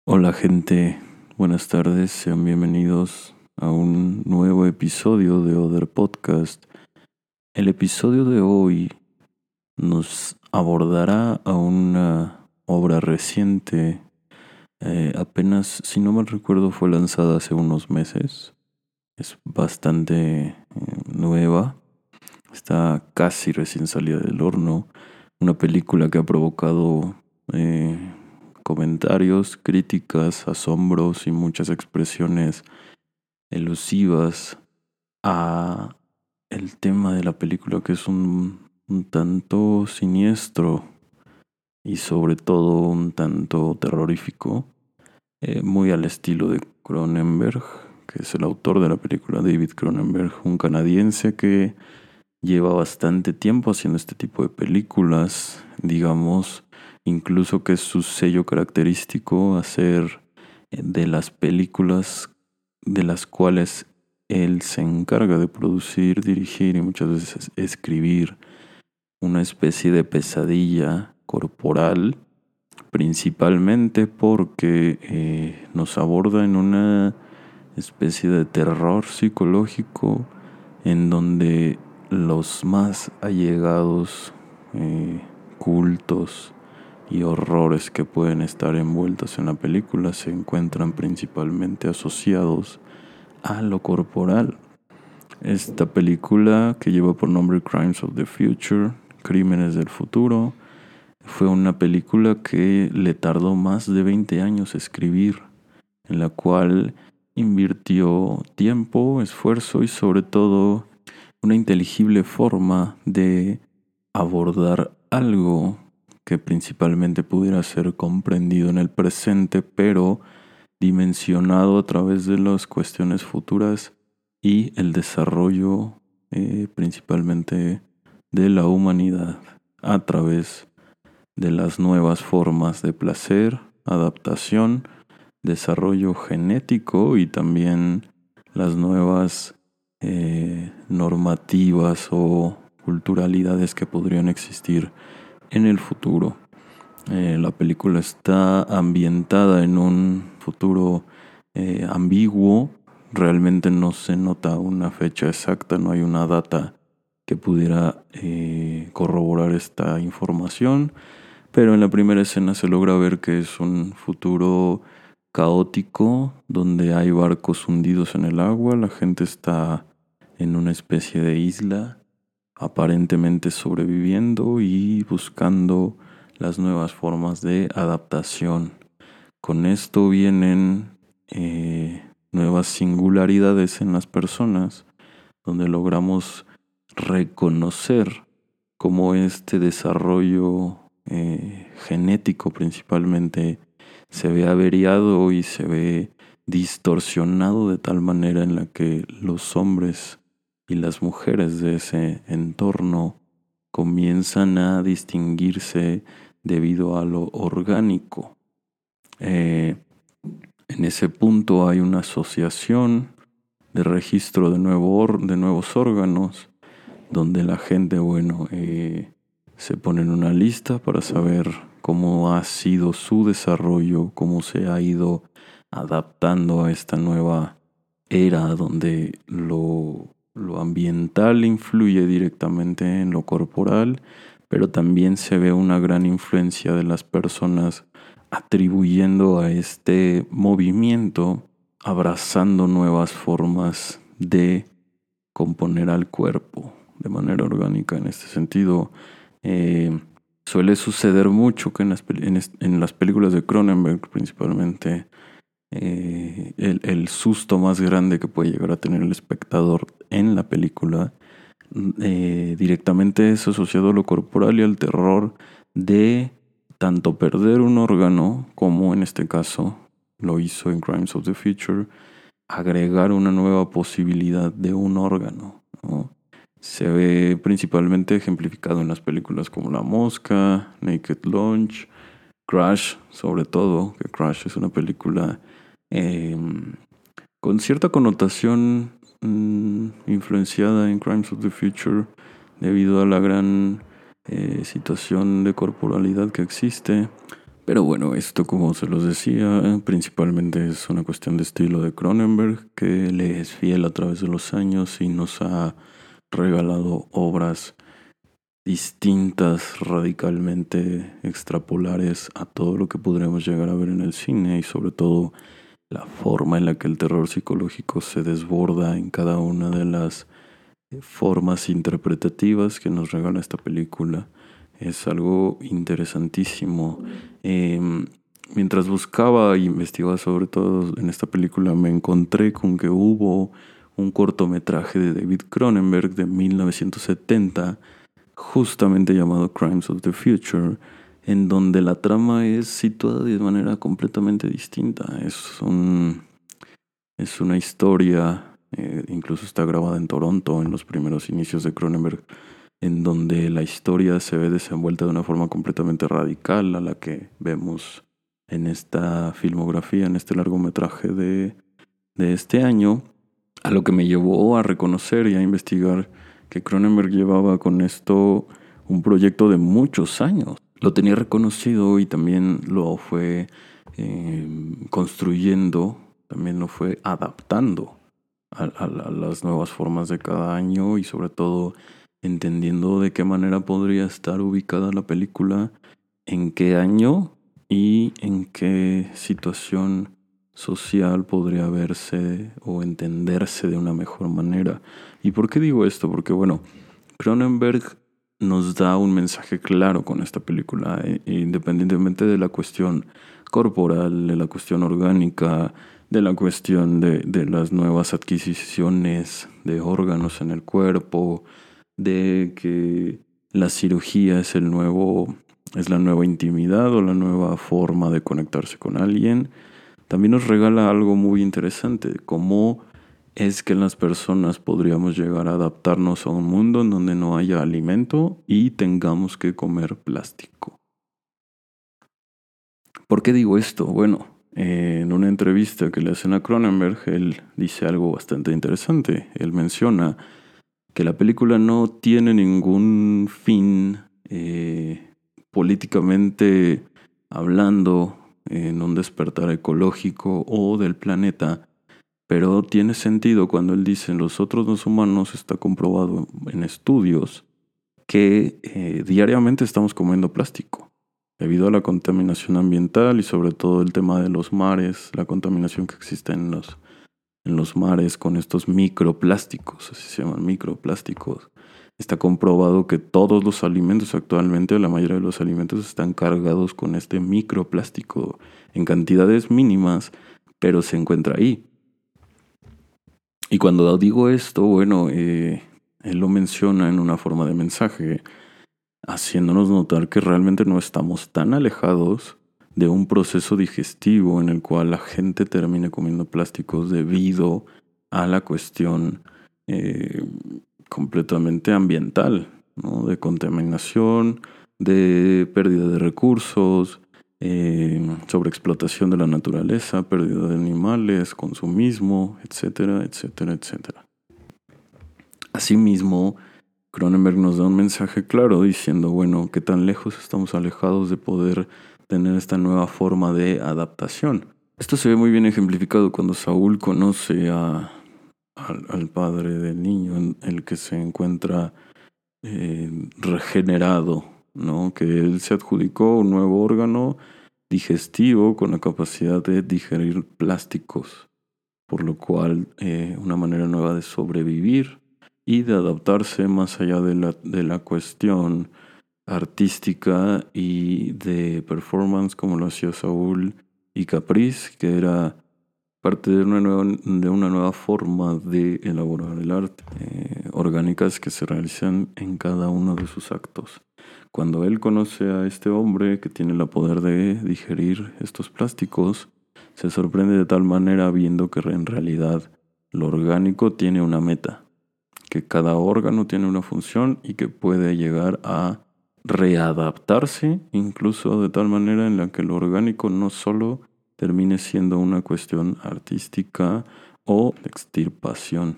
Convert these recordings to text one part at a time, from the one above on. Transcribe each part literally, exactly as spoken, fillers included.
Hola gente, buenas tardes, sean bienvenidos a un nuevo episodio de Other Podcast. El episodio de hoy nos abordará a una obra reciente, eh, apenas, si no mal recuerdo, fue lanzada hace unos meses. Es bastante eh, nueva, está casi recién salida del horno. Una película que ha provocado eh, comentarios, críticas, asombros y muchas expresiones elusivas a el tema de la película, que es un, un tanto siniestro y sobre todo un tanto terrorífico, eh, muy al estilo de Cronenberg, que es el autor de la película, David Cronenberg, un canadiense que lleva bastante tiempo haciendo este tipo de películas, digamos, incluso que es su sello característico hacer eh, de las películas de las cuales él se encarga de producir, dirigir y muchas veces escribir una especie de pesadilla corporal, principalmente porque eh, nos aborda en una especie de terror psicológico en donde los más allegados, eh, cultos y horrores que pueden estar envueltos en la película se encuentran principalmente asociados a lo corporal. Esta película, que lleva por nombre Crimes of the Future, Crímenes del Futuro, fue una película que le tardó más de veinte años escribir, en la cual invirtió tiempo, esfuerzo y sobre todo una inteligible forma de abordar algo que principalmente pudiera ser comprendido en el presente, pero dimensionado a través de las cuestiones futuras y el desarrollo eh, principalmente de la humanidad a través de las nuevas formas de placer, adaptación, desarrollo genético y también las nuevas eh, normativas o culturalidades que podrían existir en el futuro. Eh, la película está ambientada en un futuro eh, ambiguo. Realmente no se nota una fecha exacta, no hay una data que pudiera eh, corroborar esta información, pero en la primera escena se logra ver que es un futuro caótico donde hay barcos hundidos en el agua, la gente está en una especie de isla aparentemente sobreviviendo y buscando las nuevas formas de adaptación. Con esto vienen eh, nuevas singularidades en las personas, donde logramos reconocer cómo este desarrollo eh, genético principalmente se ve averiado y se ve distorsionado de tal manera en la que los hombres y las mujeres de ese entorno comienzan a distinguirse debido a lo orgánico. Eh, en ese punto hay una asociación de registro de, nuevo or- de nuevos órganos, donde la gente, bueno, eh, se pone en una lista para saber cómo ha sido su desarrollo, cómo se ha ido adaptando a esta nueva era donde lo, lo ambiental influye directamente en lo corporal, pero también se ve una gran influencia de las personas atribuyendo a este movimiento, abrazando nuevas formas de componer al cuerpo de manera orgánica. En este sentido, eh, suele suceder mucho que en las, en, en las películas de Cronenberg principalmente, eh, el, el susto más grande que puede llegar a tener el espectador en la película eh, directamente es asociado a lo corporal y al terror de tanto perder un órgano como en este caso lo hizo en Crimes of the Future, agregar una nueva posibilidad de un órgano, ¿no? Se ve principalmente ejemplificado en las películas como La Mosca, Naked Lunch, Crash, sobre todo, que Crash es una película eh, con cierta connotación mmm, influenciada en Crimes of the Future debido a la gran eh, situación de corporalidad que existe, Pero bueno, esto como se los decía, principalmente es una cuestión de estilo de Cronenberg, que le es fiel a través de los años y nos ha regalado obras distintas, radicalmente extrapolares a todo lo que podríamos llegar a ver en el cine y sobre todo la forma en la que el terror psicológico se desborda en cada una de las formas interpretativas que nos regala esta película. Es algo interesantísimo. Eh, mientras buscaba e investigaba sobre todo en esta película, me encontré con que hubo un cortometraje de David Cronenberg de mil novecientos setenta, justamente llamado Crimes of the Future, en donde la trama es situada de manera completamente distinta. Es un, es una historia, eh, incluso está grabada en Toronto en los primeros inicios de Cronenberg, en donde la historia se ve desenvuelta de una forma completamente radical a la que vemos en esta filmografía, en este largometraje de, de este año, a lo que me llevó a reconocer y a investigar que Cronenberg llevaba con esto un proyecto de muchos años. Lo tenía reconocido y también lo fue eh, construyendo, también lo fue adaptando a, a, a las nuevas formas de cada año y sobre todo entendiendo de qué manera podría estar ubicada la película, en qué año y en qué situación social podría verse o entenderse de una mejor manera. ¿Y por qué digo esto? Porque bueno, Cronenberg nos da un mensaje claro con esta película, eh, independientemente de la cuestión corporal, de la cuestión orgánica, de la cuestión de, de las nuevas adquisiciones de órganos en el cuerpo, de que la cirugía es el nuevo, es la nueva intimidad o la nueva forma de conectarse con alguien. También nos regala algo muy interesante, cómo es que las personas podríamos llegar a adaptarnos a un mundo en donde no haya alimento y tengamos que comer plástico. ¿Por qué digo esto? Bueno, eh, en una entrevista que le hacen a Cronenberg, él dice algo bastante interesante. Él menciona que la película no tiene ningún fin eh, políticamente hablando en un despertar ecológico o del planeta, pero tiene sentido cuando él dice: nosotros los humanos está comprobado en estudios que eh, diariamente estamos comiendo plástico debido a la contaminación ambiental y sobre todo el tema de los mares, la contaminación que existe en los, en los mares con estos microplásticos, así se llaman, microplásticos. Está comprobado que todos los alimentos actualmente, la mayoría de los alimentos están cargados con este microplástico en cantidades mínimas, pero se encuentra ahí. Y cuando digo esto, bueno, eh, él lo menciona en una forma de mensaje, haciéndonos notar que realmente no estamos tan alejados de un proceso digestivo en el cual la gente termine comiendo plásticos debido a la cuestión eh, completamente ambiental, ¿no? De contaminación, de pérdida de recursos, eh, sobreexplotación de la naturaleza, pérdida de animales, consumismo, etcétera, etcétera, etcétera. Asimismo, Cronenberg nos da un mensaje claro diciendo, bueno, qué tan lejos estamos alejados de poder tener esta nueva forma de adaptación. Esto se ve muy bien ejemplificado cuando Saúl conoce a, al, al padre del niño, en el que se encuentra eh, regenerado, ¿no? Que él se adjudicó un nuevo órgano digestivo con la capacidad de digerir plásticos, por lo cual eh, una manera nueva de sobrevivir y de adaptarse más allá de la, de la cuestión artística y de performance como lo hacía Saúl y Caprice, que era parte de una nueva, de una nueva forma de elaborar el arte, eh, orgánicas que se realizan en cada uno de sus actos. Cuando él conoce a este hombre que tiene el poder de digerir estos plásticos, se sorprende de tal manera viendo que en realidad lo orgánico tiene una meta, que cada órgano tiene una función y que puede llegar a readaptarse, incluso de tal manera en la que lo orgánico no solo termine siendo una cuestión artística o de extirpación.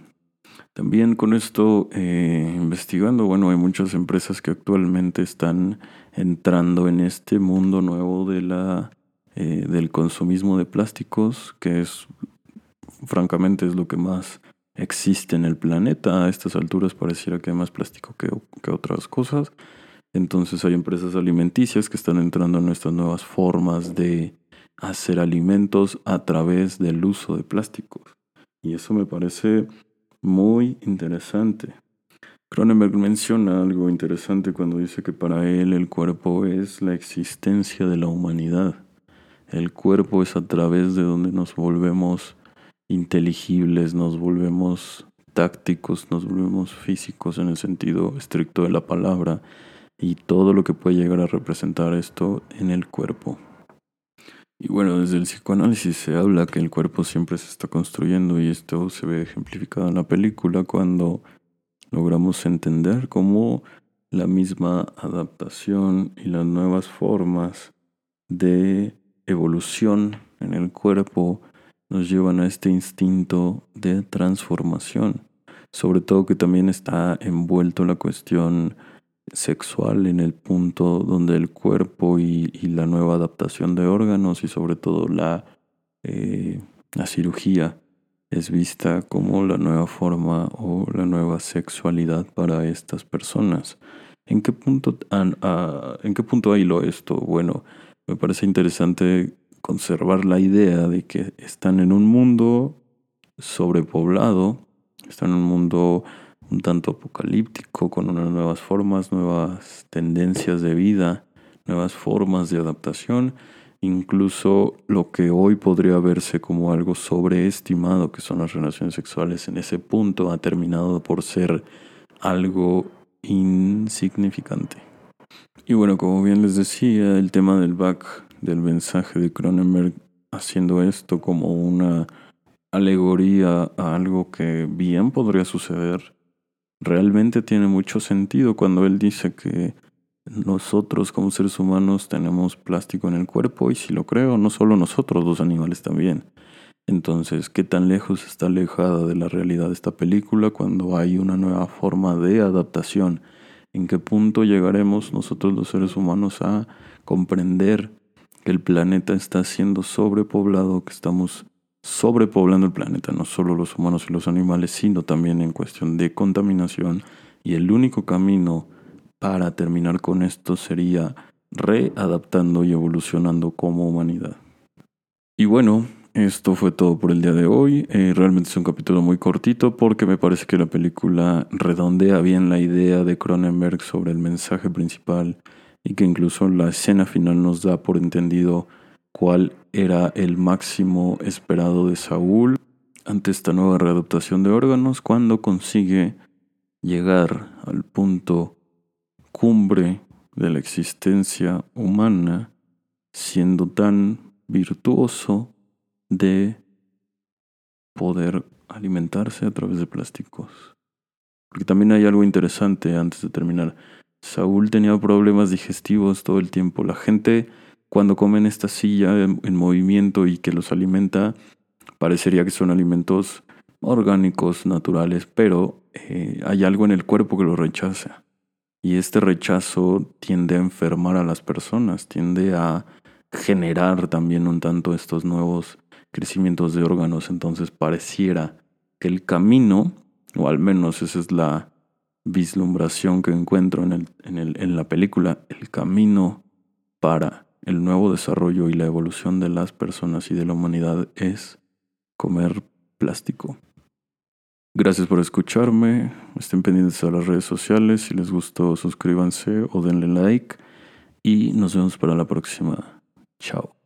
También con esto, eh, investigando, bueno, hay muchas empresas que actualmente están entrando en este mundo nuevo de la, eh, del consumismo de plásticos, que es, francamente, es lo que más existe en el planeta. A estas alturas pareciera que hay más plástico que, que otras cosas. Entonces hay empresas alimenticias que están entrando en estas nuevas formas de hacer alimentos a través del uso de plásticos. Y eso me parece muy interesante. Cronenberg menciona algo interesante cuando dice que para él el cuerpo es la existencia de la humanidad. El cuerpo es a través de donde nos volvemos inteligibles, nos volvemos tácticos, nos volvemos físicos en el sentido estricto de la palabra y todo lo que puede llegar a representar esto en el cuerpo. Y bueno, desde el psicoanálisis se habla que el cuerpo siempre se está construyendo y esto se ve ejemplificado en la película cuando logramos entender cómo la misma adaptación y las nuevas formas de evolución en el cuerpo nos llevan a este instinto de transformación. Sobre todo que también está envuelto la cuestión sexual en el punto donde el cuerpo y, y la nueva adaptación de órganos y sobre todo la, eh, la cirugía es vista como la nueva forma o la nueva sexualidad para estas personas. ¿En qué punto, an- a- ¿en qué punto hay lo esto? Bueno, me parece interesante conservar la idea de que están en un mundo sobrepoblado, están en un mundo un tanto apocalíptico, con unas nuevas formas, nuevas tendencias de vida, nuevas formas de adaptación, incluso lo que hoy podría verse como algo sobreestimado, que son las relaciones sexuales, en ese punto ha terminado por ser algo insignificante. Y bueno, como bien les decía, el tema del back del mensaje de Cronenberg haciendo esto como una alegoría a algo que bien podría suceder, realmente tiene mucho sentido cuando él dice que nosotros como seres humanos tenemos plástico en el cuerpo y si lo creo, no solo nosotros, los animales también. Entonces, ¿qué tan lejos está alejada de la realidad esta película cuando hay una nueva forma de adaptación? ¿En qué punto llegaremos nosotros los seres humanos a comprender que el planeta está siendo sobrepoblado, que estamos sobrepoblando el planeta, no solo los humanos y los animales, sino también en cuestión de contaminación? Y el único camino para terminar con esto sería readaptando y evolucionando como humanidad. Y bueno, esto fue todo por el día de hoy. Eh, realmente es un capítulo muy cortito porque me parece que la película redondea bien la idea de Cronenberg sobre el mensaje principal y que incluso la escena final nos da por entendido cuál era el máximo esperado de Saúl ante esta nueva readaptación de órganos cuando consigue llegar al punto cumbre de la existencia humana siendo tan virtuoso de poder alimentarse a través de plásticos. Porque también hay algo interesante antes de terminar. Saúl tenía problemas digestivos todo el tiempo. La gente cuando come en esta silla en, en movimiento y que los alimenta, parecería que son alimentos orgánicos, naturales, pero eh, hay algo en el cuerpo que lo rechaza. Y este rechazo tiende a enfermar a las personas, tiende a generar también un tanto estos nuevos crecimientos de órganos. Entonces pareciera que el camino, o al menos esa es la vislumbración que encuentro en, el, en, el, en la película, el camino para el nuevo desarrollo y la evolución de las personas y de la humanidad es comer plástico. Gracias por escucharme, estén pendientes a las redes sociales, si les gustó suscríbanse o denle like y nos vemos para la próxima. Chao.